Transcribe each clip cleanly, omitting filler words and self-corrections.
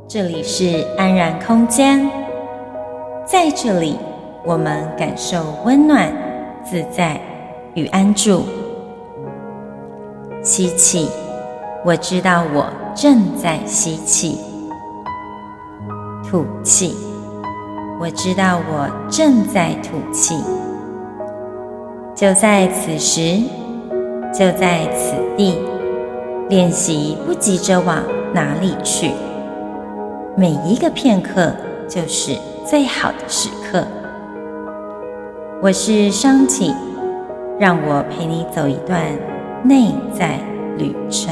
这里是安然空间，在这里我们感受温暖、自在与安住。吸气，我知道我正在吸气；吐气，我知道我正在吐气。就在此时，就在此地，练习不急着往哪里去，每一个片刻就是最好的时刻。我是商体，让我陪你走一段内在旅程。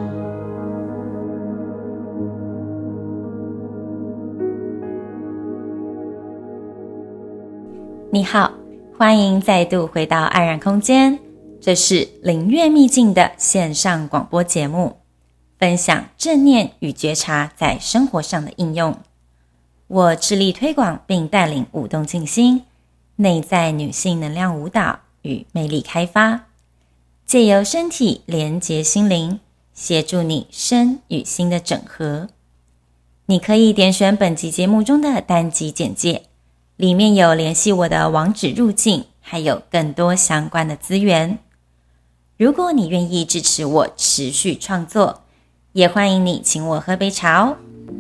你好，欢迎再度回到安然空间，这是灵悦秘境的线上广播节目，分享正念与觉察在生活上的应用。我致力推广并带领舞动静心、内在女性能量舞蹈与魅力开发，借由身体连结心灵，协助你身与心的整合。你可以点选本集节目中的单集简介，里面有联系我的网址入境，还有更多相关的资源。如果你愿意支持我持续创作，也欢迎你请我喝杯茶哦。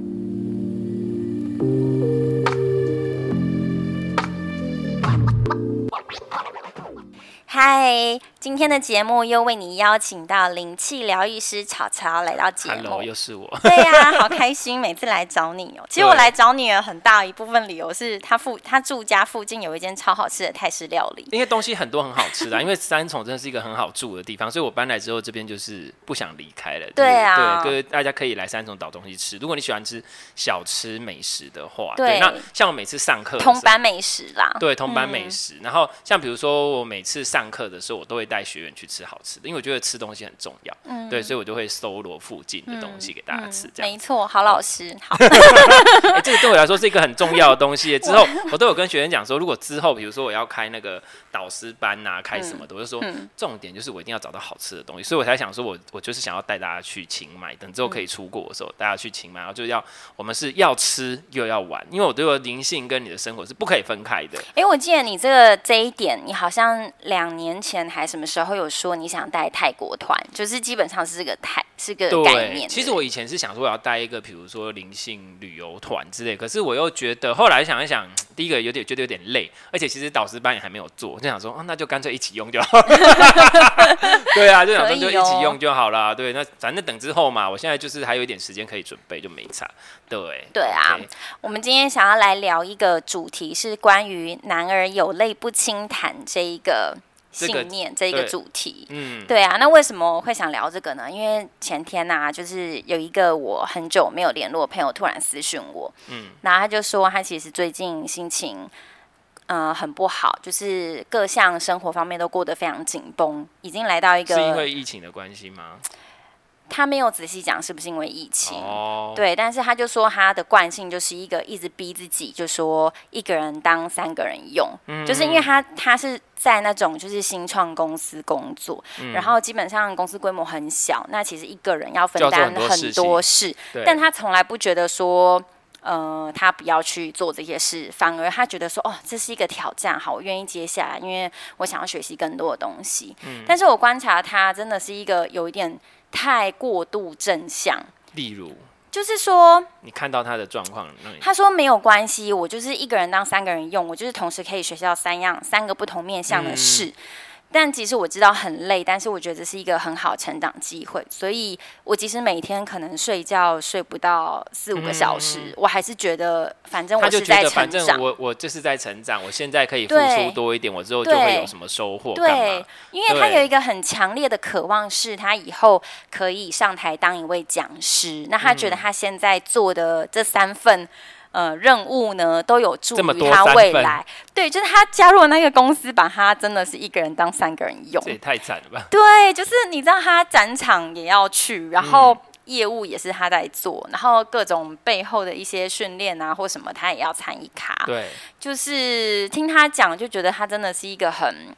嗨，今天的节目又为你邀请到灵气疗愈师巧巧来到节目。 Hello， 又是我。 对啊，好开心，每次来找你哦。其实我来找你的很大一部分理由是他住家附近有一间超好吃的泰式料理， 因为东西很多很好吃的，因为三重真的是一个很好住的地方，所以我搬来之后这边就是不想离开了。 对啊， 对，大家可以来三重找东西吃。如果你喜欢吃小吃美食的话， 对， 那像我每次上课同班美食啦， 对，同班美食。然后像比如说我每次上课的时候，我都会带学员去吃好吃的，因为我觉得吃东西很重要。对，所以我就会搜罗附近的东西给大家吃。这样没错，好老师，好。 这个对我来说是一个很重要的东西。之后我都有跟学员讲说，如果之后比如说我要开那个导师班啊，开什么的，我就说重点就是我一定要找到好吃的东西。所以我才想说我就是想要带大家去清迈，等之后可以出国的时候，大家去清迈，然后就我们是要吃又要玩，因为我对我灵性跟你的生活是不可以分开的。 我记得你这一点，你好像2年前还什么时候有说你想带泰国团，就是基本上是个概念。 其实我以前是想说我要带一个比如说灵性旅游团之类，可是我又觉得后来想一想，第一个觉得有点累，而且其实导师班也还没有做，就想说那就干脆一起用就好。对啊，就想说就一起用就好啦。对，那反正等之后嘛，我现在就是还有一点时间可以准备，就没差。对啊，我们今天想要来聊一个主题，是关于男儿有泪不轻弹这一个信念，这一个主题。对啊，那为什么我会想聊这个呢？因为前天啊，就是有一个我很久没有联络的朋友突然私讯我，然后他就说他其实最近心情很不好，就是各项生活方面都过得非常紧绷，已经来到一个。 是因为疫情的关系吗？ 他没有仔细讲是不是因为疫情，对，但是他就说他的惯性就是一个一直逼自己，就说一个人当3个人用，就是因为他是在那种就是新创公司工作，然后基本上公司规模很小，那其实一个人要分担很多事，但他从来不觉得说他不要去做这些事，反而他觉得说这是一个挑战，好，我愿意接下来，因为我想要学习更多的东西。但是我观察他真的是一个有一点太过度正向， 例如就是说你看到他的状况， 他说没有关系，我就是一个人当3个人用，我就是同时可以学到3个不同面向的事。但其实我知道很累，但是我觉得这是一个很好的成长机会，所以我即使每天可能睡觉睡不到4-5个小时，我还是觉得反正我是在成长， 反正我就是在成长，我现在可以付出多一点，我之后就会有什么收获。 对，因为他有一个很强烈的渴望，是他以后可以上台当一位讲师。那他觉得他现在做的这3份任务呢，都有助于他未来。对，就是他加入了那个公司，把他真的是一个人当3个人用， 这也太惨了吧？ 对，就是你知道他展场也要去，然后业务也是他在做，然后各种背后的一些训练啊或什么，他也要参与卡。 对， 就是听他讲，就觉得他真的是一个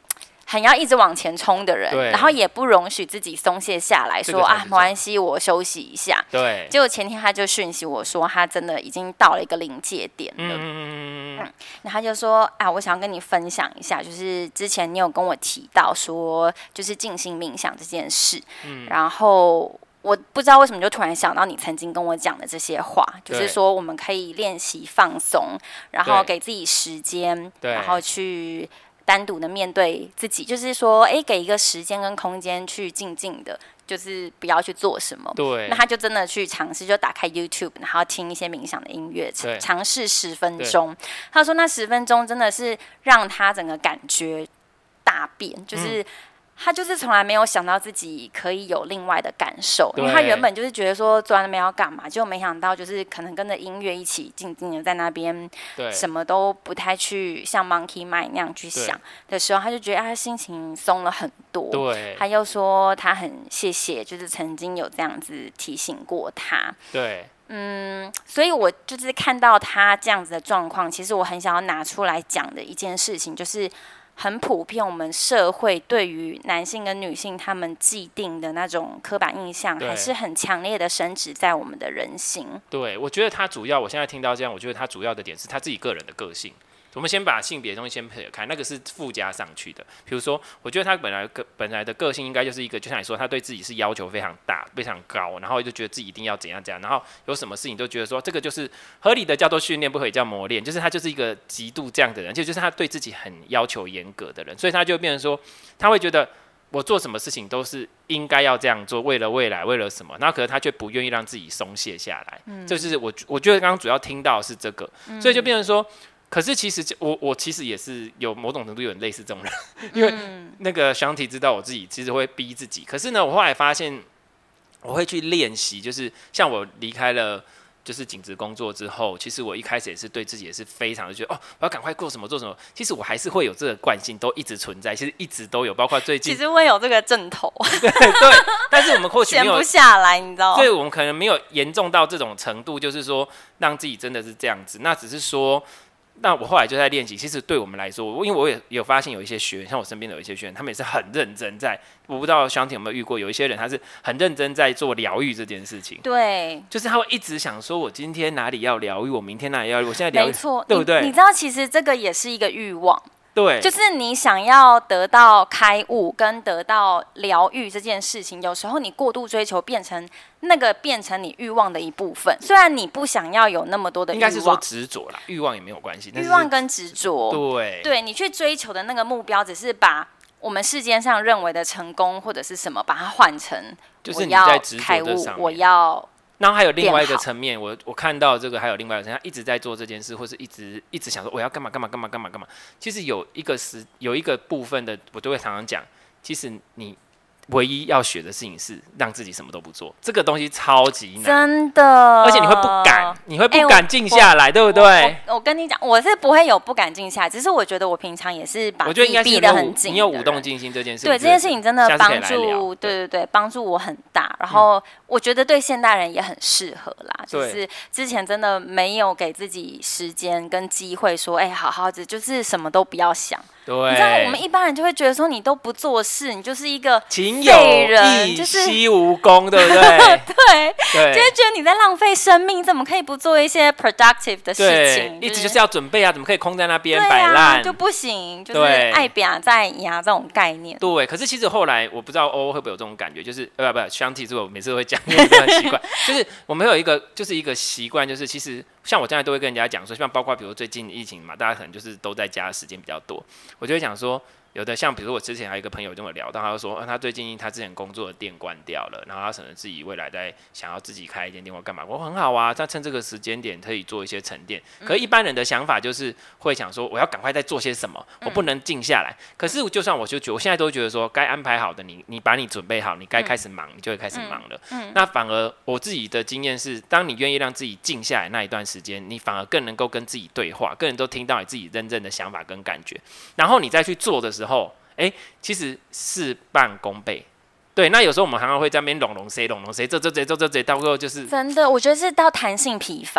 很要一直往前冲的人，然后也不容许自己松懈下来，说啊没关系，我休息一下。 对。 结果前天他就讯息我说，他真的已经到了一个临界点了。然后他就说啊，我想要跟你分享一下，就是之前你有跟我提到说，就是静心冥想这件事。然后我不知道为什么就突然想到你曾经跟我讲的这些话，就是说我们可以练习放松，然后给自己时间，然后去单独的面对自己，就是说，给一个时间跟空间去静静的，就是不要去做什么。 对。 那他就真的去尝试，就打开 YouTube， 然后听一些冥想的音乐，尝试10分钟。他说那10分钟真的是让他整个感觉大变，就是他就是从来没有想到自己可以有另外的感受，因为他原本就是觉得说坐在那边要干嘛，就没想到就是可能跟着音乐一起静静的在那边，什么都不太去像 Monkey Mind 那样去想的时候，他就觉得他心情松了很多。 对， 他又说他很谢谢，就是曾经有这样子提醒过他。 对。 所以我就是看到他这样子的状况，其实我很想要拿出来讲的一件事情，就是很普遍，我们社会对于男性跟女性他们既定的那种刻板印象，还是很强烈的深植在我们的人心。 对，我觉得他主要，我现在听到这样，我觉得他主要的点是他自己个人的个性。我们先把性别的东西先撇开，那个是附加上去的。比如说，我觉得他本来的个性应该就是一个，就像你说，他对自己是要求非常大、非常高，然后就觉得自己一定要怎样怎样，然后有什么事情都觉得说这个就是合理的叫做训练，不可以叫磨练，就是他就是一个极度这样的人，就是他对自己很要求严格的人，所以他就变成说，他会觉得我做什么事情都是应该要这样做，为了未来，为了什么，然后可是他却不愿意让自己松懈下来。就是我觉得刚刚主要听到的是这个，所以就变成说。可是其实我其实也是有某种程度有点类似这种人，因为那个想体知道我自己其实会逼自己，可是呢，我后来发现我会去练习，就是像我离开了就是景职工作之后，其实我一开始也是对自己也是非常的觉得我要赶快做什么做什么，其实我还是会有这个惯性，都一直存在，其实一直都有，包括最近其实我有这个阵头， 对，但是我们或许没有闲不下来，你知道吗？ 所以我们可能没有严重到这种程度，就是说让自己真的是这样子，那只是说。那我后来就在练习，其实对我们来说，因为我也有发现有一些学员，像我身边的有一些学员，他们也是很认真在，我不知道湘婷有没有遇过，有一些人他是很认真在做疗愈这件事情。 对， 就是他会一直想说，我今天哪里要疗愈，我明天哪里要疗愈，我现在疗愈， 没错， 对不对？ 你知道，其实这个也是一个欲望。 对， 就是你想要得到开悟跟得到疗愈这件事情，有时候你过度追求，变成你欲望的一部分。虽然你不想要有那么多的欲望， 应该是说执着啦，欲望也没有关系。 欲望跟执着， 对你去追求的那个目标，只是把我们世间上认为的成功或者是什么，把它换成就是你在执开悟， 着这上面， 我要。 然后还有另外一个层面，我看到这个还有另外一个层面，他一直在做这件事，或是一直想说我要干嘛干嘛干嘛干嘛干嘛。其实有一个部分的，我都会常常讲，其实你唯一要学的事情是让自己什么都不做，这个东西超级难， 真的， 而且你会不敢静下来，对不对？ 我跟你讲，我是不会有不敢静下来，只是我觉得我平常也是把自己逼得很紧。 你有舞动静心这件事， 对这件事情真的帮助，对，帮助我很大。然后我觉得对现代人也很适合啦，就是之前真的没有给自己时间跟机会说，好好的，就是什么都不要想。 对， 你知道我们一般人就会觉得说你都不做事，你就是一个勤有益，惜无功，对不对？ 对，就会觉得你在浪费生命，怎么可以不做一些 productive 的事情？ 一直就是要准备啊，怎么可以空在那边摆烂？ 就不行，就是爱表在牙这种概念。 对，可是其实后来我不知道会不会有这种感觉，就是不，Shanti是我每次都会讲，因为我很习惯，就是我们会有一个习惯，就是其实像我现在都会跟人家讲说，像包括比如最近疫情嘛，大家可能就是都在家的时间比较多，我就会讲说。有的像比如说我之前还有一个朋友跟我聊到，他就说，他最近他之前工作的店关掉了，然后他可能自己未来在想要自己开一间店或干嘛。我说很好啊，他趁这个时间点可以做一些沉淀。可是一般人的想法就是会想说，我要赶快再做些什么，我不能静下来。可是就算我现在都觉得说，该安排好的你把你准备好，你该开始忙，你就会开始忙了。那反而我自己的经验是，当你愿意让自己静下来那一段时间，你反而更能够跟自己对话，更能够听到你自己真正的想法跟感觉，然后你再去做的时候。其实事半功倍。对，那有时候我们常常会在那边拢谁，这，到最后就是真的，我觉得是到弹性疲乏。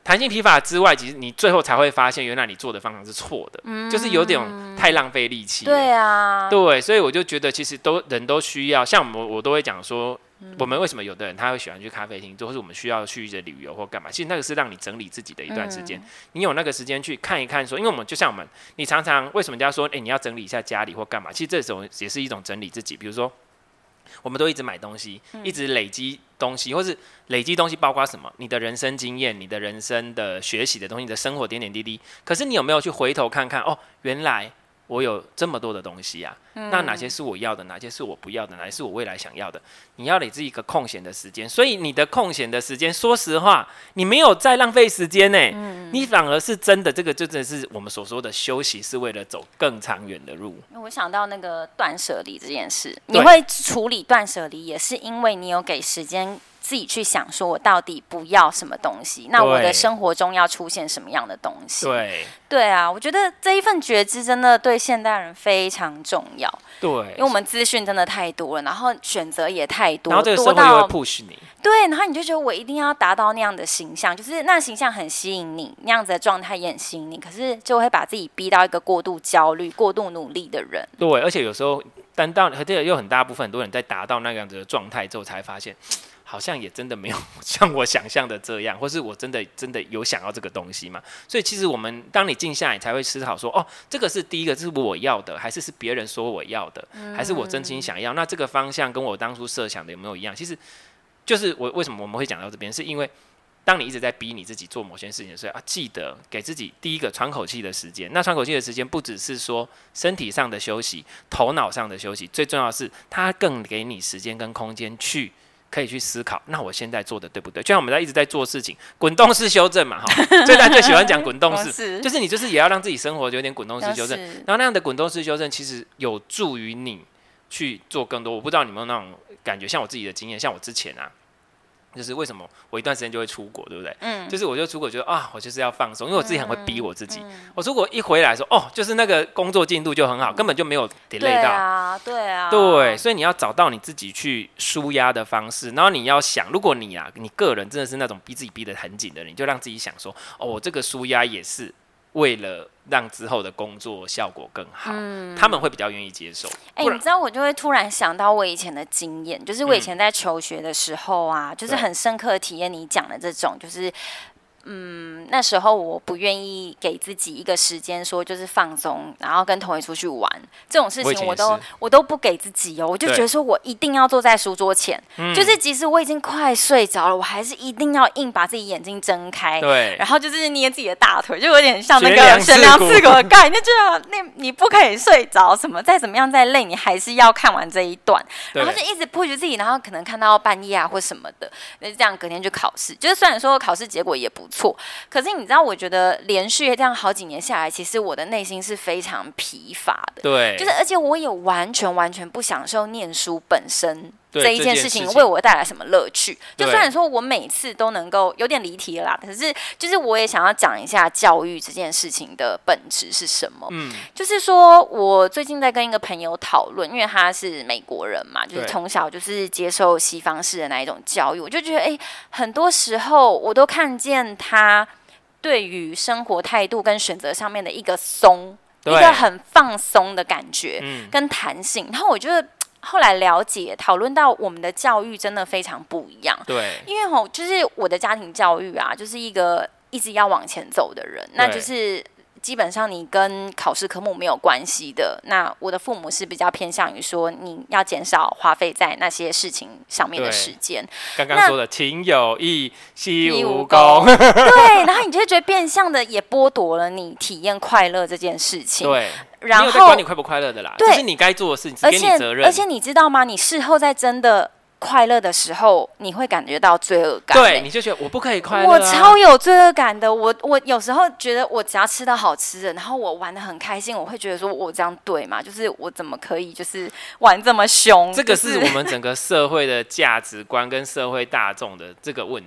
弹性疲乏之外，其实你最后才会发现，原来你做的方向是错的，就是有点太浪费力气了。 对啊， 对，所以我就觉得其实人都需要，像我都会讲说，我们为什么有的人他会喜欢去咖啡厅，或是我们需要去一些旅游或干嘛？其实那个是让你整理自己的一段时间，你有那个时间去看一看说，因为我们就像你常常为什么人家说，你要整理一下家里或干嘛？其实这种也是一种整理自己，比如说。我们都一直买东西，一直累积东西，或是累积东西，包括什么？你的人生经验，你的人生的学习的东西，你的生活点点滴滴。可是你有没有去回头看看？哦，原来我有这么多的东西啊！那哪些是我要的？哪些是我不要的？哪些是我未来想要的？你要给自己一个空闲的时间。所以你的空闲的时间，说实话，你没有在浪费时间呢。你反而是真的，这个就真的是我们所说的休息，是为了走更长远的路。 我想到那个断舍离这件事，你会处理断舍离，也是因为你有给时间自己去想，说我到底不要什么东西，那我的生活中要出现什么样的东西？对啊，我觉得这一份觉知真的对现代人非常重要。 对， 因为我们资讯真的太多了，然后选择也太多， 然后这个社会又会 push 你。 对，然后你就觉得我一定要达到那样的形象，就是那形象很吸引你，那样子的状态也很吸引你，可是就会把自己逼到一个过度焦虑、过度努力的人。 对，而且有时候有很大部分很多人在达到那样子的状态之后，才发现。好像也真的没有像我想象的这样，或是我真的有想要这个东西嘛？所以其实当你静下来，才会思考说，哦，这个是第一个是我要的，还是别人说我要的，还是我真心想要？那这个方向跟我当初设想的有没有一样？其实就是为什么我们会讲到这边，是因为当你一直在逼你自己做某些事情的时候记得给自己第一个喘口气的时间。那喘口气的时间不只是说身体上的休息，头脑上的休息，最重要的是它更给你时间跟空间可以去思考，那我现在做的对不对？就像我们一直在做事情，滚动式修正嘛，所以大家最喜欢讲滚动式，就是你也要让自己生活有点滚动式修正，然后那样的滚动式修正其实有助于你去做更多。我不知道你有没有那种感觉，像我自己的经验，像我之前就是为什么我一段时间就会出国，对不对？就是我就出国觉得我就是要放松，因为我自己很会逼我自己。我出国一回来说，就是那个工作进度就很好，根本就没有 delay 到。对，所以你要找到你自己去抒压的方式，然后你要想，如果你个人真的是那种逼自己逼得很紧的人，你就让自己想说，我这个抒压也是为了让之后的工作效果更好，他们会比较愿意接受。 你知道我就会突然想到我以前的经验，就是我以前在求学的时候就是很深刻的体验你讲的这种，就是那时候我不愿意给自己一个时间说就是放松，然后跟同学出去玩这种事情，我都不给自己我就觉得说我一定要坐在书桌前，就是即使我已经快睡着了，我还是一定要硬把自己眼睛睁开， 对， 然后就是捏自己的大腿，就有点像那个悬梁刺股的概念，就觉得你不可以睡着，什么再怎么样再累，你还是要看完这一段，然后就一直 push 自己，然后可能看到半夜或什么的，那这样隔天就考试，就是虽然说考试结果也不错，可是你知道，我觉得连续这样好几年下来，其实我的内心是非常疲乏的。 对， 就是而且我也完全不享受念书本身这一件事情为我带来什么乐趣。就虽然说我每次都能够有点离题了啦，可是就是我也想要讲一下教育这件事情的本质是什么。就是说我最近在跟一个朋友讨论，因为他是美国人嘛，就是从小就是接受西方式的那一种教育，我就觉得很多时候我都看见他对于生活态度跟选择上面的一个一个很放松的感觉跟弹性，然后我觉得后来了解讨论到我们的教育真的非常不一样。对，因为就是我的家庭教育就是一个一直要往前走的人，那就是基本上你跟考试科目没有关系的。那我的父母是比较偏向于说你要减少花费在那些事情上面的时间。 刚刚说的勤有义，惜无功。 对，然后你就会觉得变相的也剥夺了你体验快乐这件事情。 对。 然后你有在管你快不快乐的啦，这是你该做的事情，只给你责任。 而且你知道吗？你事后在真的快乐的时候，你会感觉到罪恶感。 对，你就觉得我不可以快乐我超有罪恶感的。我有时候觉得，我只要吃到好吃的，然后我玩得很开心，我会觉得说，我这样对吗？就是我怎么可以就是玩这么凶？ 这个是我们整个社会的价值观跟社会大众的这个问题。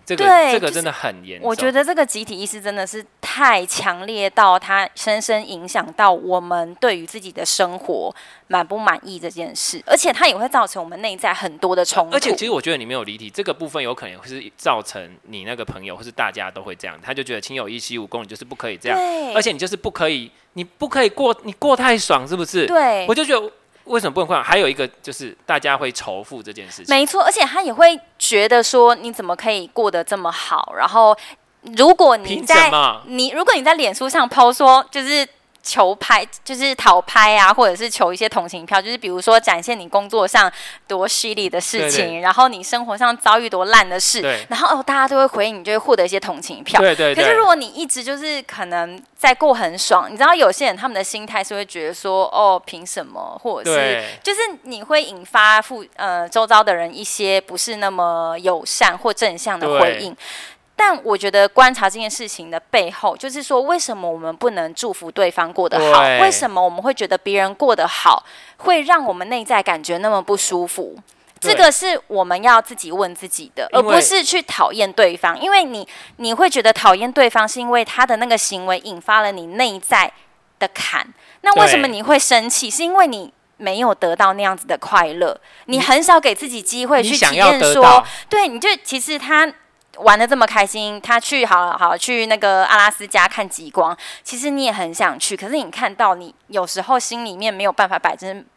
这个真的很严重。 我觉得这个集体意识真的是太强烈到它深深影响到我们对于自己的生活满不满意这件事，而且它也会造成我们内在很多的冲突。 而且其实我觉得你没有离题，这个部分有可能会是造成你那个朋友或是大家都会这样，他就觉得亲友义息武功，你就是不可以这样，而且你就是不可以，你不可以你过太爽，是不是？ 对， 我就觉得。为什么不能快？还有一个就是大家会仇富这件事情， 没错，而且他也会觉得说你怎么可以过得这么好？然后如果你在脸书上 po 说就是求拍，就是讨拍啊，或者是求一些同情票，就是比如说展现你工作上多犀利的事情，对，然后你生活上遭遇多烂的事，然后大家都会回应，你就会获得一些同情票。对。可是如果你一直就是可能在过很爽，你知道有些人他们的心态是会觉得说，哦，凭什么，或者是就是你会引发周遭的人一些不是那么友善或正向的回应。但我觉得观察这件事情的背后，就是说，为什么我们不能祝福对方过得好？为什么我们会觉得别人过得好，会让我们内在感觉那么不舒服？这个是我们要自己问自己的，而不是去讨厌对方。因为你会觉得讨厌对方，是因为他的那个行为引发了你内在的坎。那为什么你会生气？是因为你没有得到那样子的快乐，你很少给自己机会去体验说，对，你就其实他玩得这么开心，他去去那个阿拉斯加看极光，其实你也很想去，可是你看到你有时候心里面没有办法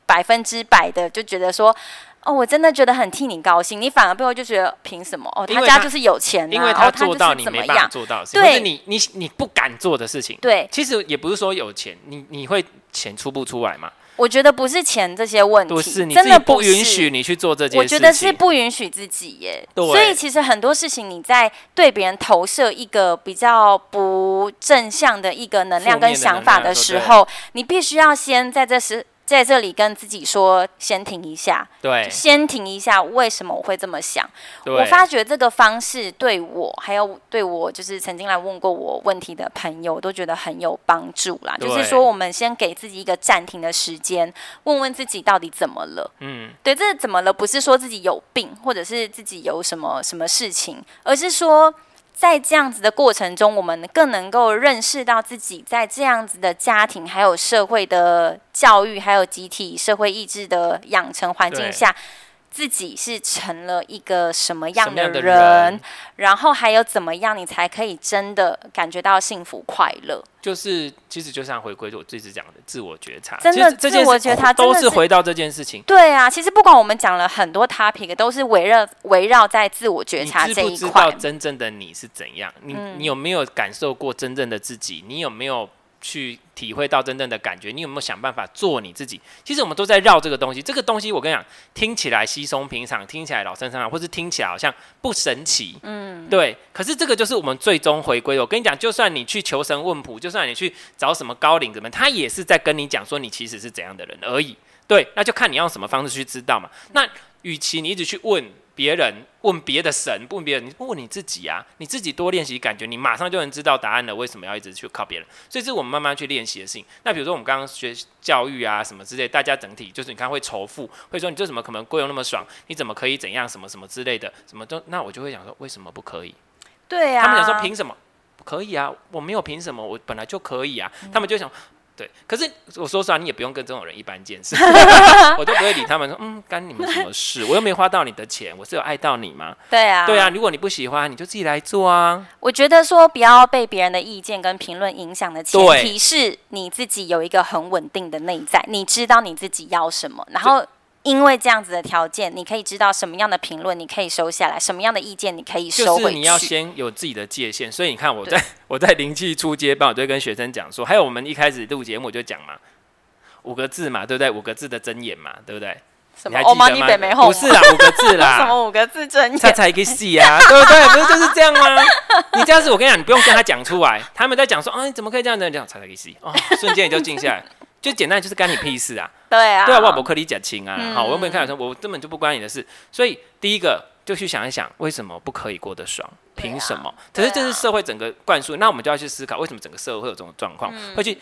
100%的就觉得说，哦，我真的觉得很替你高兴，你反而背后就觉得凭什么？哦，他家就是有钱啊， 因为他做到你没办法做到的事情，或是你不敢做的事情。对，其实也不是说有钱，你会钱出不出来嘛？ 我觉得不是钱这些问题， 不是你自己不允许你去做这件事情。我觉得是不允许自己耶。所以其实很多事情你在对别人投射一个比较不正向的一个能量跟想法的时候，你必须要先在这里跟自己说，先停一下，对，先停一下。为什么我会这么想？我发觉这个方式对我，还有对我就是曾经来问过我问题的朋友，都觉得很有帮助啦。就是说，我们先给自己一个暂停的时间，问问自己到底怎么了。对，这怎么了？不是说自己有病，或者是自己有什么事情，而是说，在这样子的过程中，我们更能够认识到自己在这样子的家庭，还有社会的教育，还有集体社会意志的养成环境下，自己是成了一个什么样的人，然后还有怎么样你才可以真的感觉到幸福快乐。就是其实就像回归我最直讲的自我觉察， 真的自我觉察都是回到这件事情。 对啊，其实不管我们讲了很多 topic， 都是围绕在自我觉察这一块。 你知不知道真正的你是怎样？你有没有感受过真正的自己？你有没有去体会到真正的感觉？你有没有想办法做你自己？其实我们都在绕这个东西。这个东西我跟你讲，听起来稀松平常，听起来老生常谈，或是听起来好像不神奇。对。可是这个就是我们最终回归的。我跟你讲，就算你去求神问卜，就算你去找什么高龄怎么，他也是在跟你讲说你其实是怎样的人而已。对，那就看你要用什么方式去知道嘛。那与其你一直去问别人，问别的神，问别人，你问你自己啊，你自己多练习，感觉你马上就能知道答案了。为什么要一直去靠别人？所以这是我们慢慢去练习的事情。那比如说我们刚刚学教育啊什么之类，大家整体就是你看会仇富，会说你这怎么可能过得那么爽？你怎么可以怎样什么什么之类的，什么都，那我就会想说为什么不可以？ 对啊， 他们想说凭什么？可以啊，我没有凭什么，我本来就可以啊。他们就想。对，可是我说实话，你也不用跟这种人一般见识，我都不会理他们说，干你们什么事？我又没花到你的钱，我是有爱到你吗？对啊，如果你不喜欢，你就自己来做啊。 我觉得说不要被别人的意见跟评论影响的前提是你自己有一个很稳定的内在，你知道你自己要什么，然后因为这样子的条件，你可以知道什么样的评论你可以收下来，什么样的意见你可以收回去。 就是你要先有自己的界限。所以你看我在灵气初阶班，我就会跟学生讲说，还有我们一开始录节目就讲嘛，5个字嘛，对不对？5个字的箴言嘛，对不对？ 什么？你还记得吗？ 不是啦，5个字啦。 什么5个字箴言？ 他才一个戏啊，对不对？不是就是这样吗？你这样子，我跟你讲，你不用跟他讲出来，他们在讲说，你怎么可以这样子讲？才一个戏哦，瞬间你就静下来。就简单就是干你屁事啊！对啊，我不可以讲清啊！好，我又没看说，我根本就不关你的事。所以第一个就去想一想，为什么不可以过得爽？凭什么？可是这是社会整个灌输，那我们就要去思考，为什么整个社会会有这种状况？会去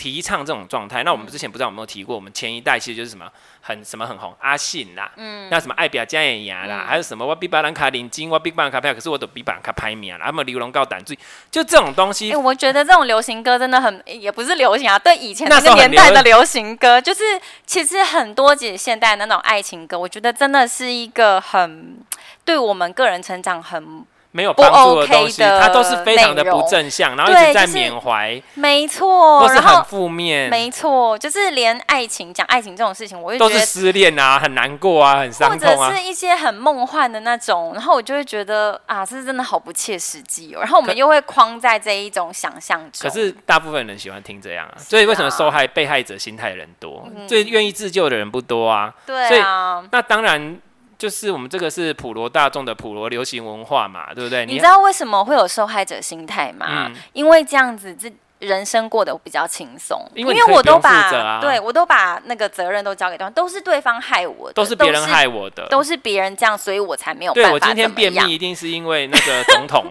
提倡这种状态。那我们之前不知道有没有提过，我们前一代其实就是什么很红阿信啦，那什么爱表加眼牙啦，还有什么我比别人卡领金，我比别人卡票，可是我都比别人卡排名啦，他们流龙高胆醉，就这种东西。 我觉得这种流行歌真的很，也不是流行啊，对以前那个年代的流行歌，就是其实很多现代的那种爱情歌，我觉得真的是一个很对我们个人成长很没有帮助的东西，它都是非常的不正向，然后一直在缅怀， 没错， 都是很负面， 没错，就是连讲爱情这种事情，我就觉得都是失恋啊，很难过啊，很伤痛啊， 或者是一些很梦幻的那种，然后我就会觉得啊，这真的好不切实际哦。然后我们又会框在这一种想象中。 可是大部分人喜欢听这样啊，所以为什么被害者心态的人多，最愿意自救的人不多啊？ 对啊， 所以那当然。就是我们这个是普罗大众的普罗流行文化嘛，对不对？ 你知道为什么会有受害者心态吗？因为这样子人生过得比较轻松，因为我都把我都把那个责任都交给对方，都是对方害我的， 都是别人害我的， 都是别人这样，所以我才没有办法。 对，我今天便秘一定是因为那个总统，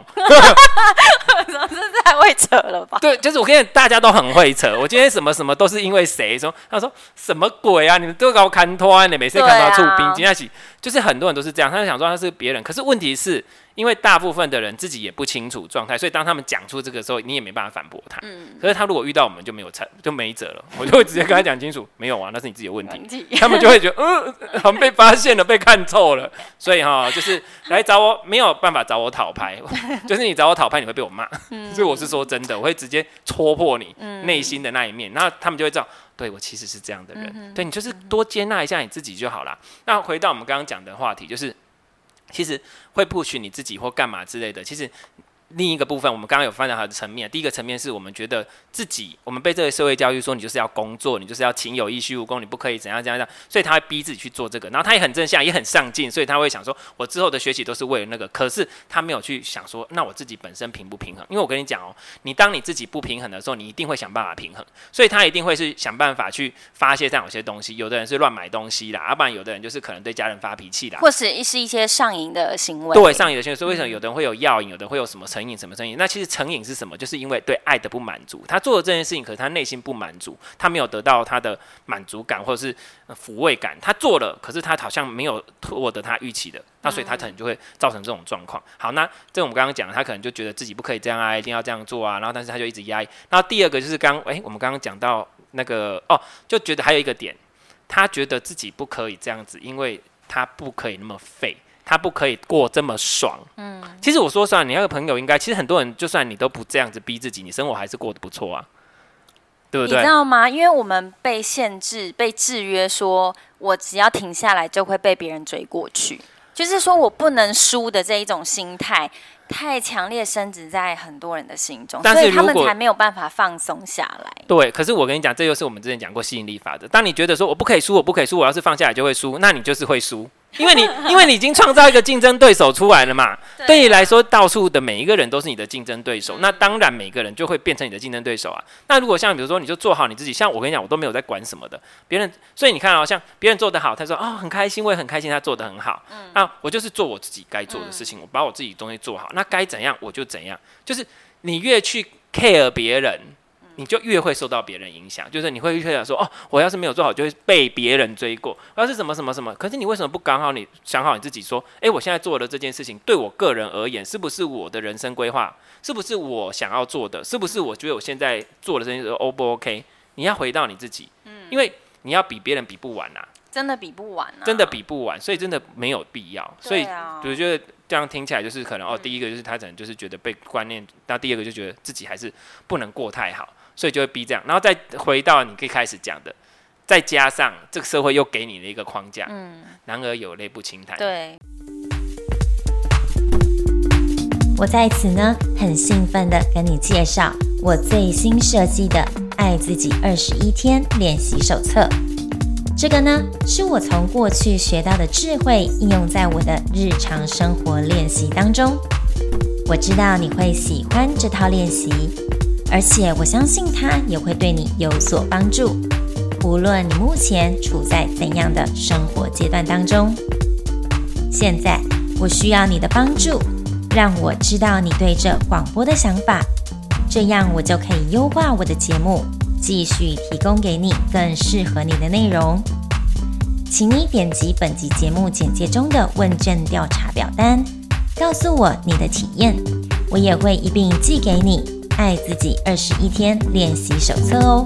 这太会扯了吧？ 对，就是我跟你大家都很会扯，我今天什么什么都是因为谁？他说什么鬼啊？你们都搞看拖呢，每次看到出兵，今天起就是很多人都是这样，他就想说他是别人，可是问题是。因为大部分的人自己也不清楚状态，所以当他们讲出这个时候，你也没办法反驳他。可是他如果遇到我们就没辙了，我就会直接跟他讲清楚，没有啊，那是你自己的问题。他们就会觉得好像被发现了，被看透了。所以就是来找我没有办法找我讨拍，就是你找我讨拍，你会被我骂。所以我是说真的，我会直接戳破你内心的那一面，然后他们就会知道。对我其实是这样的人，对你就是多接纳一下你自己就好啦。那回到我们刚刚讲的话题，就是其实会 push 你自己或干嘛之类的，其实另一个部分，我们刚刚有翻到它的层面。第一个层面是我们觉得自己，我们被这个社会教育说，你就是要工作，你就是要勤有益，虚无功，你不可以怎样怎样怎样，所以他会逼自己去做这个。然后他也很正向，也很上进，所以他会想说，我之后的学习都是为了那个。可是他没有去想说，那我自己本身平不平衡？因为我跟你讲哦，当你自己不平衡的时候，你一定会想办法平衡，所以他一定会是想办法去发泄上有些东西。有的人是乱买东西啦，要不然有的人就是可能对家人发脾气啦， 或是一些上瘾的行为。 对，上瘾的行为。所以为什么有的人会有药瘾，有的人会有什么成瘾，什么成瘾？那其实成瘾是什么？就是因为对爱的不满足，他做了这件事情，可是他内心不满足，他没有得到他的满足感或者是抚慰感。他做了，可是他好像没有获得他预期的，那所以他可能就会造成这种状况。好，那这我们刚刚讲的，他可能就觉得自己不可以这样啊，一定要这样做啊，然后但是他就一直压抑。然后第二个就是我们刚刚讲到那个就觉得还有一个点，他觉得自己不可以这样子，因为他不可以那么废。他不可以过这么爽。其实我说实话，你那个朋友应该，其实很多人就算你都不这样子逼自己，你生活还是过得不错啊，对不对？ 你知道吗？因为我们被限制、被制约，说我只要停下来就会被别人追过去，就是说我不能输的这一种心态。太强烈深植在很多人的心中，所以他们才没有办法放松下来。 对，可是我跟你讲，这就是我们之前讲过吸引力法则。当你觉得说我不可以输，我要是放下来就会输，那你就是会输。因为你已经创造一个竞争对手出来了嘛，对你来说，到处的每一个人都是你的竞争对手，那当然每个人就会变成你的竞争对手啊。那如果像比如说，你就做好你自己，像我跟你讲，我都没有在管什么的，别人，所以你看像别人做得好，他说很开心，我也很开心，他做得很好。那我就是做我自己该做的事情，我把我自己东西做好，那该怎样我就怎样。就是你越去 care 别人。你就越会受到别人影响，就是你会越想说我要是没有做好，就会被别人追过。我要是什么什么什么，可是你为什么不刚好你想好你自己说，我现在做的这件事情对我个人而言，是不是我的人生规划？是不是我想要做的？是不是我觉得我现在做的这件事 O 不 OK？ 你要回到你自己，因为你要比别人比不完啊， 真的比不完啊， 真的比不完，所以真的没有必要。所以我觉得这样听起来就是可能第一个就是他可能就是觉得被观念，那第二个就觉得自己还是不能过太好。所以就会逼这样，然后再回到你可以开始讲的，再加上这个社会又给你的一个框架，男儿有泪不轻弹。 对， 我在此呢很兴奋的跟你介绍我最新设计的爱自己21天练习手册。这个呢是我从过去学到的智慧应用在我的日常生活练习当中。我知道你会喜欢这套练习。而且我相信它也会对你有所帮助，无论你目前处在怎样的生活阶段当中。现在我需要你的帮助，让我知道你对这广播的想法，这样我就可以优化我的节目， 继续提供给你更适合你的内容。请你点击本集节目简介中的问卷调查表单，告诉我你的体验，我也会一并寄给你《爱自己21天练习手册》哦。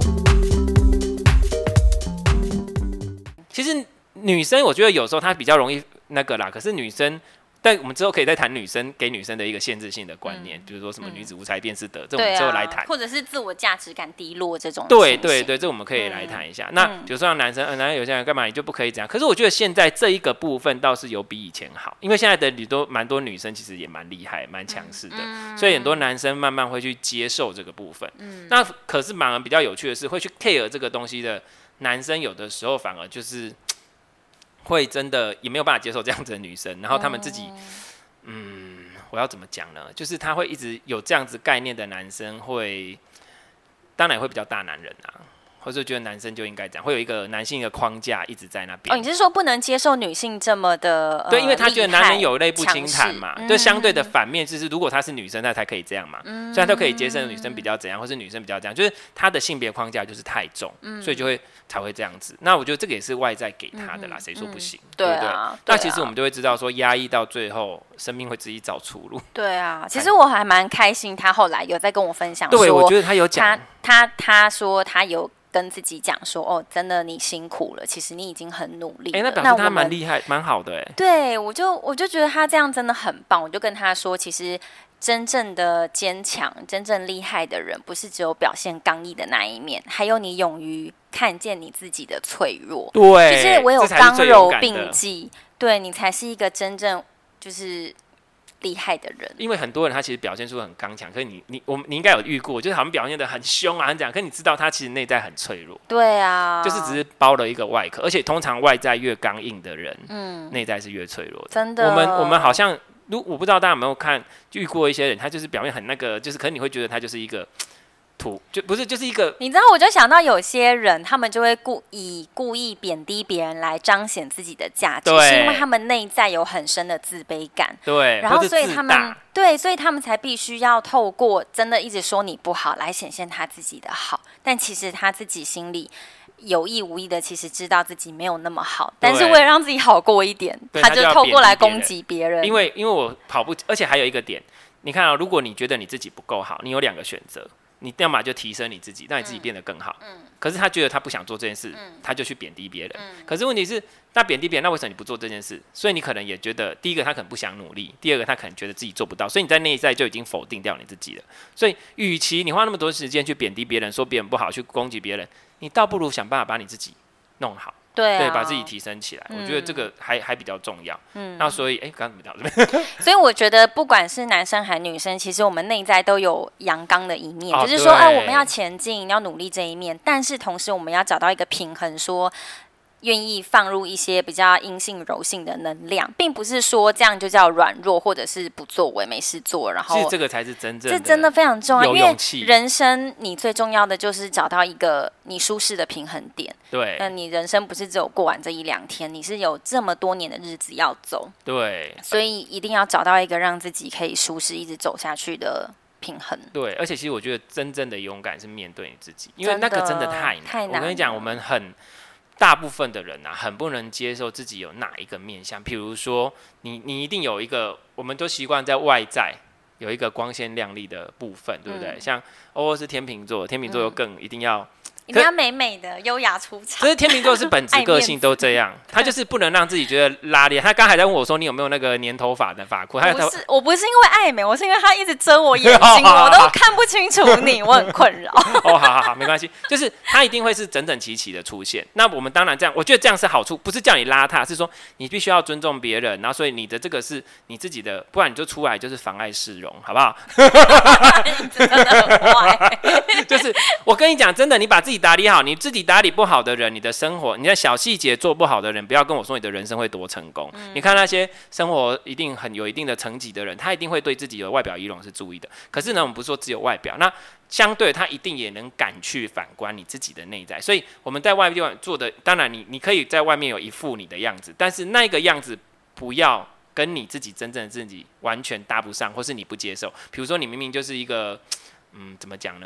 其实女生我觉得有时候她比较容易那个啦，可是女生，但我们之后可以再谈女生给女生的一个限制性的观念，比如说什么女子无才便是德，这我们之后来谈， 或者是自我价值感低落这种。 对，这我们可以来谈一下。那比如说像男生，男生有些人干嘛你就不可以这样？可是我觉得现在这一个部分倒是有比以前好，因为现在的蛮多女生其实也蛮厉害、蛮强势的，所以很多男生慢慢会去接受这个部分。那可是反而比较有趣的是，会去 care 这个东西的男生，有的时候反而就是会真的也没有办法接受这样子的女生，然后他们自己。我要怎么讲呢？就是他会一直有这样子概念的男生会，当然会比较大男人啊，或者觉得男生就应该这样，会有一个男性的框架一直在那边。 哦，你是说不能接受女性这么的？ 对，因为他觉得男人有泪不轻弹嘛。就相对的反面就是，如果他是女生，那才可以这样嘛。虽然都可以接受女生比较怎样，或是女生比较这样，就是他的性别框架就是太重，所以才会这样子。那我觉得这个也是外在给他的啦，谁说不行？对不对？那其实我们就会知道说，压抑到最后，生命会自己找出路。 对啊，其实我还蛮开心，他后来有在跟我分享说， 对，我觉得他有讲， 他说他有跟自己讲说，哦，真的你辛苦了，其实你已经很努力了。 那表示他蛮厉害，蛮好的对，我就觉得他这样真的很棒，我就跟他说，其实真正的坚强、真正厉害的人，不是只有表现刚毅的那一面，还有你勇于看见你自己的脆弱。 对， 就是我有刚柔并济，对你才是一个真正就是厉害的人。 因为很多人他其实表现出很刚强，可是你应该有遇过，就是好像表现得很凶啊，很讲，可是你知道他其实内在很脆弱。 对啊， 就是只是包了一个外壳，而且通常外在越刚硬的人，内在是越脆弱的。 真的， 我们好像，我不知道大家有没有遇过一些人，他就是表面很那个，就是可能你会觉得他就是一个。就是一个， 你知道，我就想到有些人，他们就会故意贬低别人来彰显自己的价值，是因为他们内在有很深的自卑感， 对， 然后所以他们才必须要透过真的一直说你不好来显现他自己的好，但其实他自己心里有意无意的其实知道自己没有那么好，但是为了让自己好过一点，他就透过来攻击别人。 因为我跑步，而且还有一个点，你看如果你觉得你自己不够好，你有2个选择。你要么就提升你自己，让你自己变得更好。可是他觉得他不想做这件事，他就去贬低别人。可是问题是，那贬低别人，那为什么你不做这件事？所以你可能也觉得，第一个他可能不想努力，第二个他可能觉得自己做不到，所以你在内在就已经否定掉你自己了。所以，与其你花那么多时间去贬低别人，说别人不好，去攻击别人，你倒不如想办法把你自己弄好。对，把自己提升起来，我觉得这个还比较重要。那所以，刚刚怎么讲这边？ 所以我觉得，不管是男生还是女生，其实我们内在都有阳刚的一面，就是说，我们要前进，要努力这一面，但是同时我们要找到一个平衡，说。愿意放入一些比较阴性柔性的能量，并不是说这样就叫软弱或者是不作为没事做，然后其实这个才是真正的， 这真的非常重要， 有勇气。 因为人生你最重要的就是找到一个你舒适的平衡点。 对， 那你人生不是只有过完这1-2天，你是有这么多年的日子要走。 对， 所以一定要找到一个让自己可以舒适一直走下去的平衡。 对，而且其实我觉得真正的勇敢是面对你自己，因为那个真的太难。我跟你讲，我们大部分的人啊，很不能接受自己有哪一个面向。譬如说，你一定有一个，我们都习惯在外在有一个光鲜亮丽的部分，对不对？像欧是天秤座，天秤座又更一定要美美的、优雅出场。 可是天秤座是本质个性都这样，他就是不能让自己觉得拉链。他刚才在问我说：“你有没有那个粘头发的发箍？” 我不是因为爱美，我是因为他一直遮我眼睛，我都看不清楚你，我很困扰。 好，没关系，就是他一定会是整整齐齐的出现。那我们当然这样，我觉得这样是好处，不是叫你邋遢，是说你必须要尊重别人，然后所以你的这个是你自己的，不然你就出来就是妨碍市容，好不好？ 真的很坏。 就是我跟你讲，真的，你把自己打理好，你自己打理不好的人，你的生活，你的小细节做不好的人，不要跟我说你的人生会多成功。你看那些生活一定有一定的层级的人，他一定会对自己的外表仪容是注意的。可是呢，我们不是说只有外表，那相对他一定也能敢去反观你自己的内在。所以我们在外面做的，当然你可以在外面有一副你的样子，但是那个样子不要跟你自己真正的自己完全搭不上，或是你不接受。比如说你明明就是一个，怎么讲呢？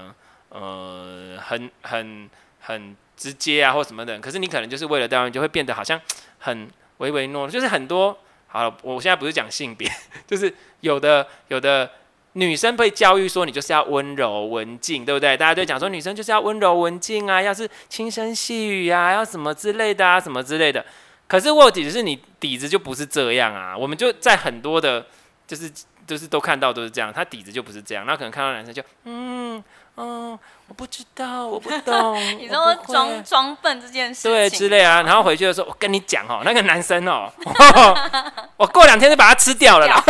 很直接啊或什么的，可是你可能就是为了对方面就会变得好像很唯唯诺诺，就是很多。好了，我现在不是讲性别，就是有的女生被教育说你就是要温柔文静，对不对？大家都讲说女生就是要温柔文静啊，要是轻声细语啊，要什么之类的啊，什么之类的。可是问题就是你底子就不是这样啊，我们就在很多的，就是都看到都是这样，他底子就不是这样，那可能看到男生就我不知道，我不懂。 你说装笨这件事情， 对之类啊，然后回去的时候，我跟你讲那个男生我过2天就把他吃掉了啦。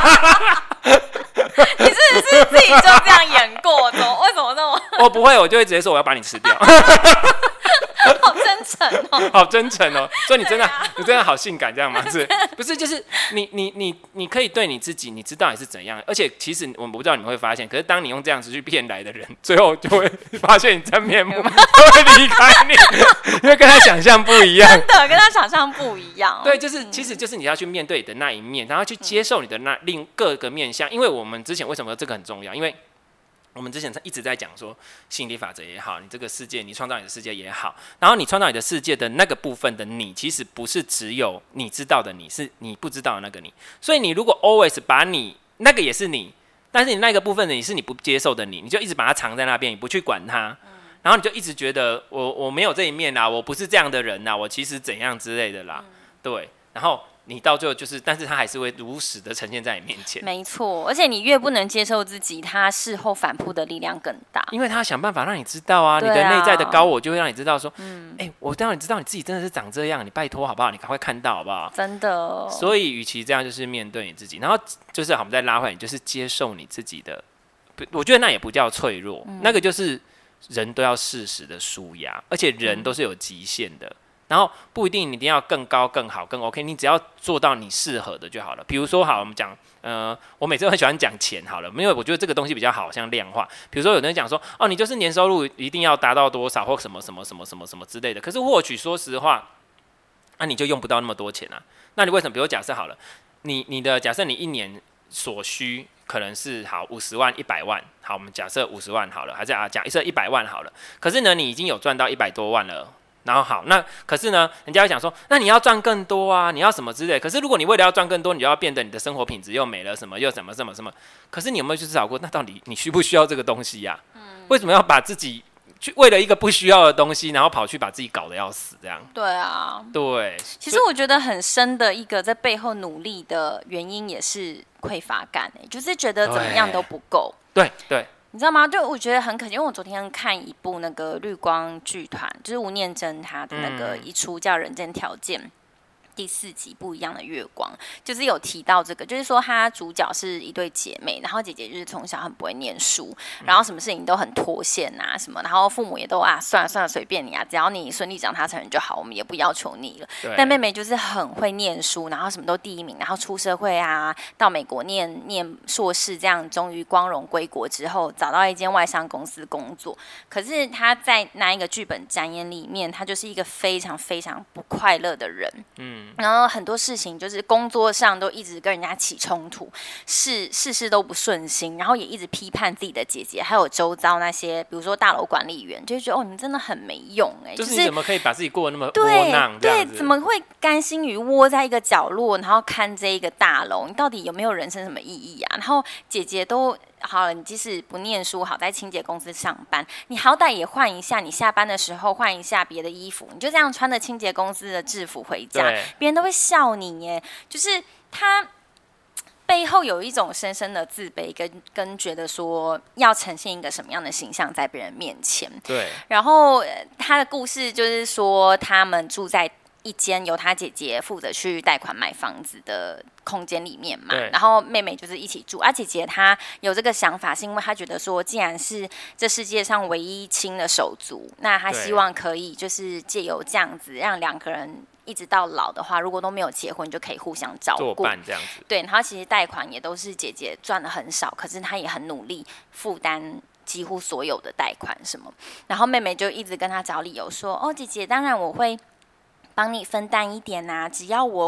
你是不是自己就这样演过？为什么那么？ 我不会，我就会直接说我要把你吃掉。 好真诚哦， 好真诚哦，所以你真的、你真的好性感这样吗？不是就是你可以对你自己，你知道你是怎样，而且其实我不知道你们会发现，可是当你用这样子去骗来的人，最后就会发现你真面目，就会离开你，因为跟他想象不一样， 真的跟他想象不一样。 对，其实就是你要去面对你的那一面，然后去接受你的各个面向，因为我们之前为什么这个很重要？因为我们之前一直在讲说，吸引力法则也好，你这个世界，你创造你的世界也好，然后你创造你的世界的那个部分的你，其实不是只有你知道的你，是你不知道的那个你。所以你如果 always 把你那个也是你，但是你那个部分的你是你不接受的你，你就一直把它藏在那边，你不去管它，然后你就一直觉得我没有这一面啦，我不是这样的人啦，我其实怎样之类的啦，对，然后。你到最后就是，但是他还是会如实的呈现在你面前。 没错，而且你越不能接受自己，他事后反扑的力量更大。 因为他想办法让你知道啊，你的内在的高我就会让你知道说，我让你知道你自己真的是长这样，你拜托好不好？你赶快看到好不好？ 真的。 所以，与其这样，就是面对你自己，然后就是好，我们再拉回来，你就是接受你自己的。我觉得那也不叫脆弱，那个就是人都要适时的舒压，而且人都是有极限的。然后不一定你一定要更高、更好、更 OK， 你只要做到你适合的就好了。比如说，好，我们讲，我每次都很喜欢讲钱好了，因为我觉得这个东西比较好像量化。比如说，有人讲说，你就是年收入一定要达到多少或什么什么什么什么什么之类的。可是或许说实话，那你就用不到那么多钱啊。那你为什么？比如假设好了，你的假设你一年所需可能是好50万、100万，好，我们假设50万好了，还是假设100万好了。可是呢，你已经有赚到100多万了。然后好，那可是呢，人家会讲说，那你要赚更多啊，你要什么之类。可是如果你为了要赚更多，你就要变得你的生活品质又没了什么，又什么什么什么。可是你有没有去思考过，那到底你需不需要这个东西呀？为什么要把自己去为了一个不需要的东西，然后跑去把自己搞得要死这样？ 对啊， 对。 其实我觉得很深的一个在背后努力的原因，也是匮乏感就是觉得怎么样都不够。 对对。 你知道吗？就我觉得很可惜，因为我昨天看一部那个绿光剧团，就是吴念真他的那个一出叫《人间条件》。第4集不一样的月光，就是有提到这个，就是说她主角是一对姐妹，然后姐姐就是从小很不会念书，然后什么事情都很脱线啊什么，然后父母也都算了算了随便你啊，只要你顺利长大成人就好，我们也不要求你了。但妹妹就是很会念书，然后什么都第1名，然后出社会啊，到美国念硕士，这样终于光荣归国之后，找到一间外商公司工作。可是她在那一个剧本展演里面，她就是一个非常非常不快乐的人。然后很多事情就是工作上都一直跟人家起冲突，事事都不顺心，然后也一直批判自己的姐姐，还有周遭那些，比如说大楼管理员，就觉得你们真的很没用就是你怎么可以把自己过得那么窝囊？ 对，怎么会甘心于窝在一个角落，然后看这一个大楼？你到底有没有人生什么意义啊？然后姐姐都。好了，你即使不念书，好在清洁公司上班，你好歹也换一下，你下班的时候换一下別的衣服，你就这样穿着清洁公司的制服回家，别人都会笑你耶。就是他背后有一种深深的自卑跟觉得说要呈现一个什么样的形象在别人面前。 对。 然后他的故事就是说，他们住在一间由他姐姐负责去贷款买房子的空间里面嘛，然后妹妹就是一起住。姐姐她有这个想法，是因为她觉得说，既然是这世界上唯一亲的手足，那她希望可以就是借由这样子，让2个人一直到老的话，如果都没有结婚，就可以互相照顾， 作伴这样子。 对，然后其实贷款也都是姐姐赚的很少，可是她也很努力负担。几乎所有的贷款什么，然后妹妹就一直跟她找理由说：“姐姐，当然我会帮你分担一点啊，只要我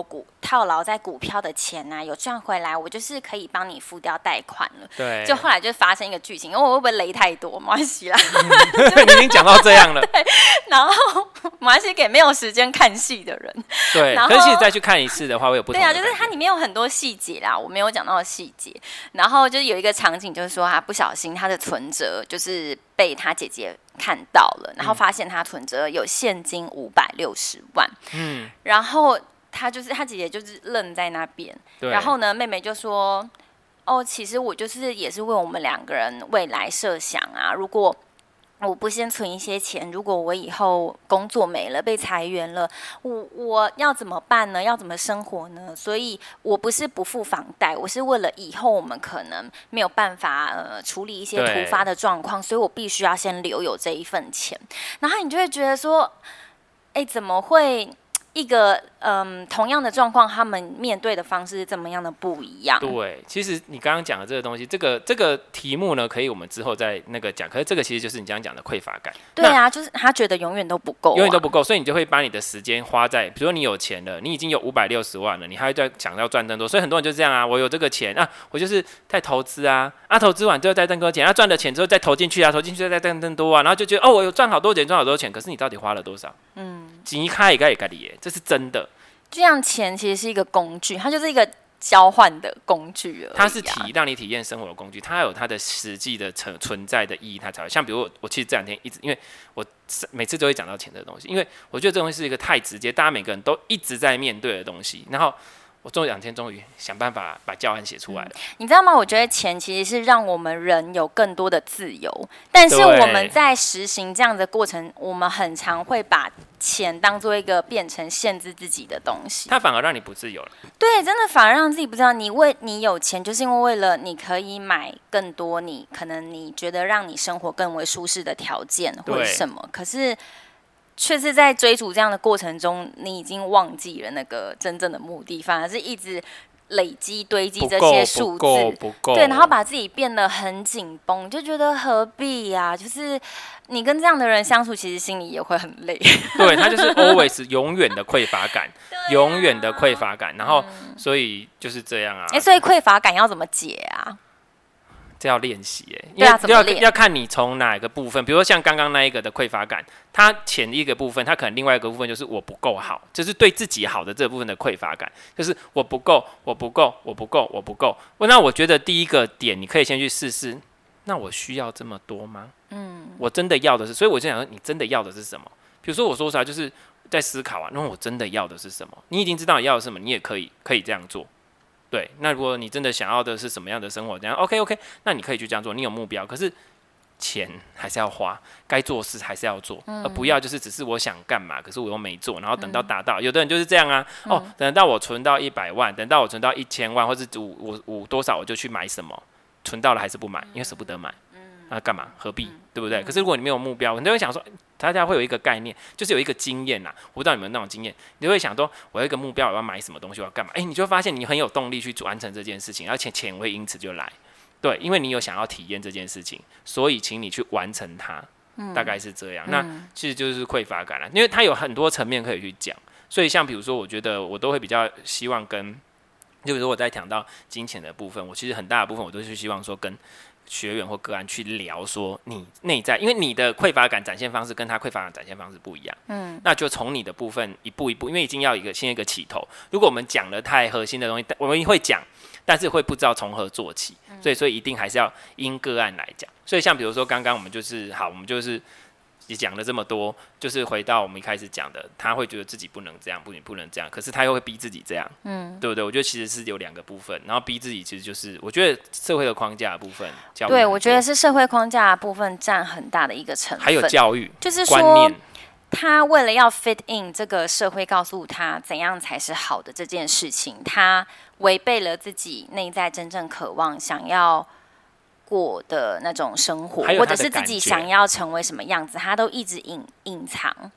套牢在股票的钱啊有赚回来，我就是可以帮你付掉贷款了。 对， 就后来就发生一个剧情，因为我会不会雷太多？没关系啦， 你已经讲到这样了。 然后没关系，给没有时间看戏的人。 对，可是其实再去看一次的话，会有不同的。 对啊，就是它里面有很多细节啦，我没有讲到的细节。然后就是有一个场景，就是说他不小心他的存折就是被他姐姐看到了，然后发现他存折有现金560万。然后他姐姐就是愣在那边。然后呢，妹妹就说：“哦，其实我就是也是为我们2个人未来设想啊，如果我不先存一些钱，如果我以后工作没了，被裁员了，我要怎么办呢？要怎么生活呢？所以我不是不付房贷，我是为了以后我们可能没有办法处理一些突发的状况，所以我必须要先留有这一份钱。然后你就会觉得说，哎，怎么会？”一个同样的状况，他们面对的方式是怎么样的不一样？ 对，其实你刚刚讲的这个东西，这个题目呢，可以我们之后再那个讲。可是这个其实就是你刚刚讲的匮乏感。 对啊，就是他觉得永远都不够、 永远都不够，所以你就会把你的时间花在，比如说你有钱了，你已经有560万了，你还会在想要赚更多。所以很多人就这样啊，我有这个钱啊，我就是在投资啊，投资完之后再挣更多钱，赚了钱之后再投进去啊，投进去再挣更多啊，然后就觉得我有赚好多钱，赚好多钱，可是你到底花了多少？钱开也该也该理，这是真的。 这样钱其实是一个工具，它就是一个交换的工具而已、 它是让你体验生活的工具，它有它的实际的存在的意义，它才会。像比如我其实这2天一直，因为我每次都会讲到钱这个东西，因为我觉得这东西是一个太直接，大家每个人都一直在面对的东西，然后。我这2天终于想办法把教案写出来了。 你知道吗？我觉得钱其实是让我们人有更多的自由，但是我们在实行这样的过程，我们很常会把钱当做一个变成限制自己的东西。 它反而让你不自由了。 对，真的反而让自己不知道，你有钱，就是因为为了你可以买更多，你可能你觉得让你生活更为舒适的条件或者什么，可是。却是在追逐这样的过程中，你已经忘记了那个真正的目的，反而是一直累积堆积这些数字， 不够， 对，然后把自己变得很紧绷，就觉得何必呀、就是你跟这样的人相处，其实心里也会很累。 对，他就是 always 永远的匮乏感，永远的匮乏感，然后所以就是这样啊。 所以匮乏感要怎么解啊？ 这要练习对啊，怎么练？ 要看你从哪个部分，比如说像刚刚那一个的匮乏感，它前一个部分，它可能另外一个部分就是我不够好，就是对自己好的这部分的匮乏感，就是我不够，我不够，我不够，我不够。那我觉得第一个点，你可以先去试试，那我需要这么多吗？我真的要的是，所以我就想说，你真的要的是什么？比如说我说出来就是在思考啊，那我真的要的是什么？你已经知道你要的是什么，你也可以这样做。对，那如果你真的想要的是什么样的生活，这样 OK， 那你可以去这样做，你有目标，可是钱还是要花，该做事还是要做，而不要就是只是我想干嘛，可是我又没做，然后等到达到，有的人就是这样啊，等到我存到100万，等到我存到1000万，或是我多少我就去买什么，存到了还是不买，因为舍不得买，那干嘛？何必？对不对？可是如果你没有目标，你就会想说，大家会有一个概念，就是有一个经验啦。我不知道你们有那种经验，你就会想说，我有一个目标，我要买什么东西，我要干嘛？你就会发现你很有动力去完成这件事情，而且钱会因此就来。对，因为你有想要体验这件事情，所以请你去完成它。大概是这样。那其实就是匮乏感啦，因为它有很多层面可以去讲。所以像比如说，我觉得我都会比较希望跟，就比如说我在讲到金钱的部分，我其实很大的部分我都是希望说跟学员或个案去聊说你内在，因为你的匮乏感展现方式跟他匮乏感展现方式不一样，那就从你的部分一步一步，因为已经要先一个起头。如果我们讲了太核心的东西，我们会讲，但是会不知道从何做起，所以一定还是要因个案来讲。所以像比如说刚刚我们就是也讲了这么多，就是回到我们一开始讲的，他会觉得自己不能这样，不能这样，可是他又会逼自己这样，对不对？我觉得其实是有2个部分，然后逼自己其实就是我觉得社会的框架的部分， 对，我觉得是社会框架的部分占很大的一个成分， 还有教育， 就是说他为了要 fit in 这个社会告诉他怎样才是好的这件事情，他违背了自己内在真正渴望想要过的那种生活，或者是自己想要成为什么样子，他都一直隐藏。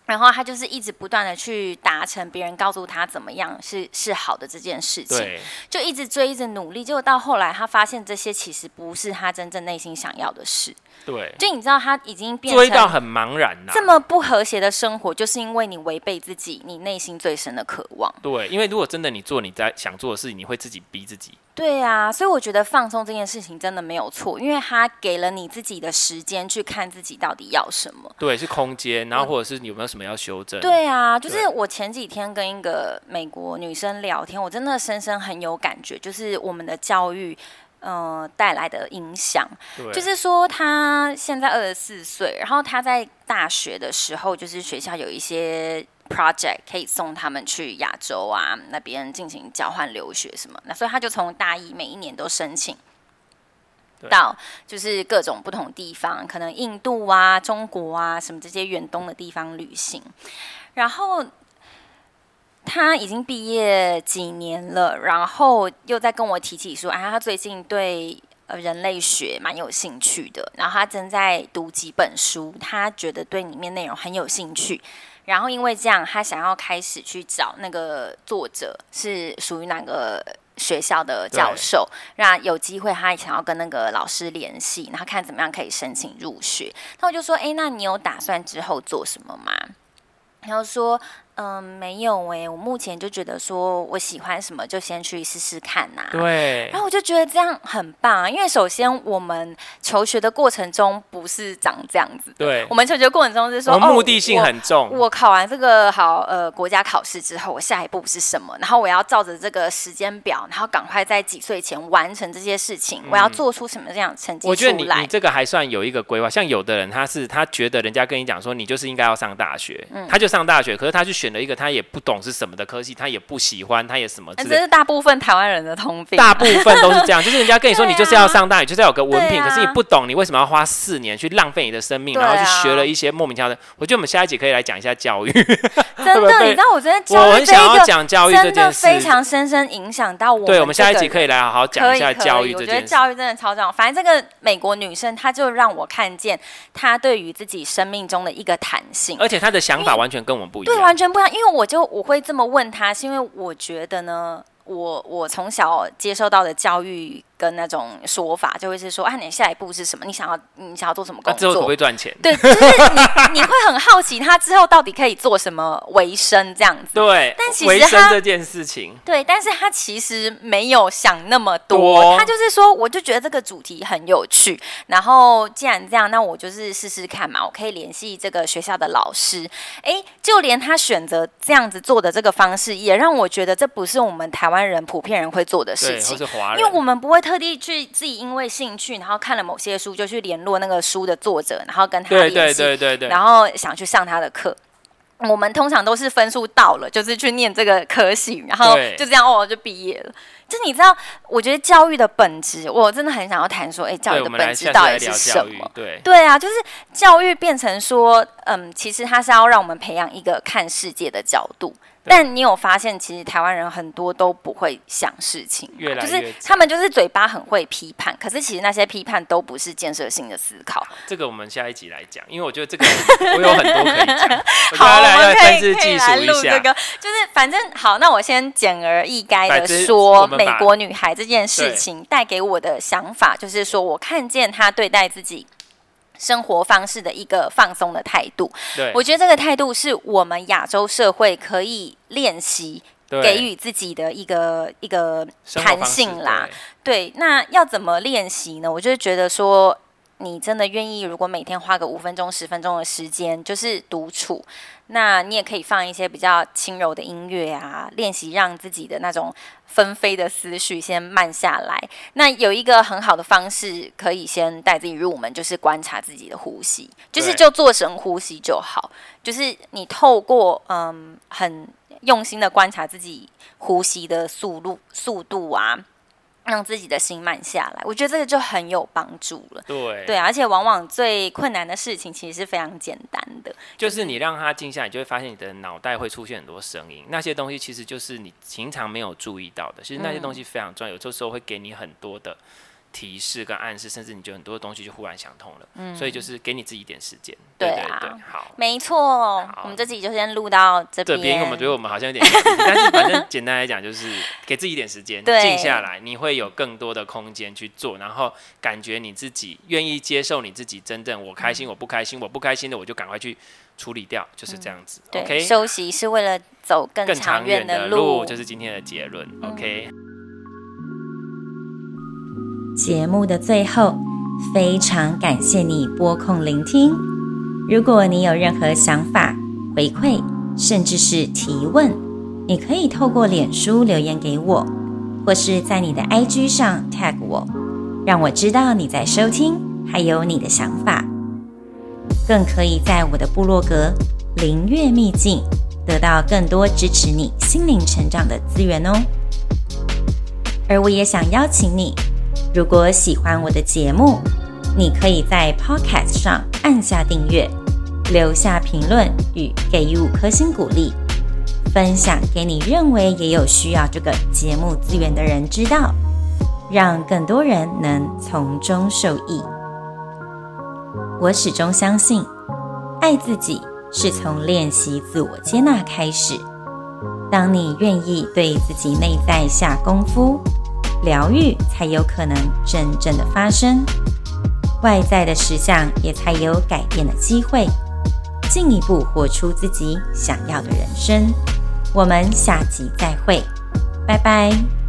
然后他就是一直不断的去达成别人告诉他怎么样是好的这件事情，就一直追，一直努力，结果到后来他发现这些其实不是他真正内心想要的事。 对， 就你知道他已经变成追到很茫然啦， 这么不和谐的生活，就是因为你违背自己你内心最深的渴望。 对，因为如果真的你做你在想做的事情，你会自己逼自己。 对啊，所以我觉得放松这件事情真的没有错，因为它给了你自己的时间去看自己到底要什么。 对，是空间，然后或者是有没有什么要修正。 对啊，就是我前几天跟一个美国女生聊天，我真的深深很有感觉，就是我们的教育带来的影响。就是说她现在24岁，然后她在大学的时候，就是学校有一些project 可以送他们去亚洲啊那边进行交换留学什么，那所以他就从大一每一年都申请到就是各种不同地方，可能印度啊、中国啊什么这些远东的地方旅行。然后他已经毕业几年了，然后又在跟我提起说，他最近对人类学蛮有兴趣的，然后他正在读几本书，他觉得对里面内容很有兴趣。然后因为这样，他想要开始去找那个作者是属于哪个学校的教授，那有机会他想要跟那个老师联系，然后看怎么样可以申请入学。那我就说，那你有打算之后做什么吗？然后说，没有我目前就觉得说我喜欢什么就先去试试看呐。 对。 然后我就觉得这样很棒，因为首先我们求学的过程中不是长这样子的， 对， 我们求学过程中是说， 我们目的性很重。 我考完这个国家考试之后，我下一步是什么？然后我要照着这个时间表，然后赶快在几岁前完成这些事情。我要做出什么这样的成绩出来？ 我觉得你这个还算有一个规划。像有的人他觉得人家跟你讲说你就是应该要上大学，他就上大学，可是他去选了一个他也不懂是什么的科系，他也不喜欢，他也什么之类的。 这是大部分台湾人的通病。 大部分都是这样，就是人家跟你说你就是要上大学，就是要有个文凭，可是你不懂，你为什么要花4年去浪费你的生命，然后去学了一些莫名其妙的？我觉得我们下一集可以来讲一下教育。 真的，你知道我觉得教育我很想要讲教育这件事， 非常深深影响到我们。 对，我们下一集可以来好好讲一下教育这件事。 我觉得教育真的超重要。反正这个美国女生，她就让我看见她对于自己生命中的一个弹性， 而且她的想法完全跟我们不一样。 对，完全不一样。因为我会这么问她，是因为我觉得呢，我从小接受到的教育跟那种说法，就会是说，你下一步是什么？你想要做什么工作？ 之后可不可以赚钱？ 对，就是你会很好奇他之后到底可以做什么为生这样子。 对， 但其实为生这件事情， 对，但是他其实没有想那么多，他就是说，我就觉得这个主题很有趣，然后既然这样，那我就是试试看嘛，我可以联系这个学校的老师。就连他选择这样子做的这个方式，也让我觉得这不是我们台湾人普遍人会做的事情， 或是华人， 因为我们不会特地去自己因为兴趣，然后看了某些书就去联络那个书的作者，然后跟他联系， 对， 然后想去上他的课。我们通常都是分数到了，就是去念这个科系，然后就这样就毕业了。就你知道，我觉得教育的本质，我真的很想要谈说，教育的本质到底是什么？对啊，就是教育变成说，其实它是要让我们培养一个看世界的角度。但你有发现，其实台湾人很多都不会想事情，就是他们就是嘴巴很会批判，可是其实那些批判都不是建设性的思考。 这个我们下一集来讲，因为我觉得这个我有很多可以讲。 好，我们可以来录这个，就是反正好，那我先简而易赅的说，美国女孩这件事情带给我的想法，就是说我看见她对待自己生活方式的一个放松的态度。我觉得这个态度是我们亚洲社会可以练习给予自己的一个弹性啦。对，那要怎么练习呢？我就觉得说，你真的愿意，如果每天花个5分钟、10分钟的时间，就是独处，那你也可以放一些比较轻柔的音乐啊，练习让自己的那种纷飞的思绪先慢下来。那有一个很好的方式，可以先带自己入门，就是观察自己的呼吸，就做深呼吸就好。就是你透过很用心的观察自己呼吸的速度啊，让自己的心慢下来，我觉得这个就很有帮助了。对，而且往往最困难的事情其实是非常简单的， 就是你让它静下来，你就会发现你的脑袋会出现很多声音，那些东西其实就是你平常没有注意到的，其实那些东西非常重要，有时候会给你很多的提示跟暗示，甚至你就很多东西就忽然想通了。所以就是给你自己一点时间。 对啊， 对，好， 没错。我们这集就先录到这边。 这边我们觉得我们好像有点小离题，但是反正简单来讲就是给自己一点时间，静下来，你会有更多的空间去做，然后感觉你自己愿意接受你自己真正我开心我不开心，我不开心的我就赶快去处理掉，就是这样子。 对 OK， 休息是为了走更长远的路， 就是今天的结论。OK。 节目的最后，非常感谢你拨空聆听。如果你有任何想法、回馈，甚至是提问，你可以透过脸书留言给我，或是在你的 IG 上 tag 我，让我知道你在收听，还有你的想法。更可以在我的部落格灵月秘境得到更多支持你心灵成长的资源哦。而我也想邀请你，如果喜欢我的节目，你可以在 Podcast 上按下订阅，留下评论与给予5颗星鼓励，分享给你认为也有需要这个节目资源的人知道，让更多人能从中受益。我始终相信，爱自己是从练习自我接纳开始。当你愿意对自己内在下功夫，疗愈才有可能真正的发生，外在的实相也才有改变的机会，进一步活出自己想要的人生。我们下集再会，拜拜。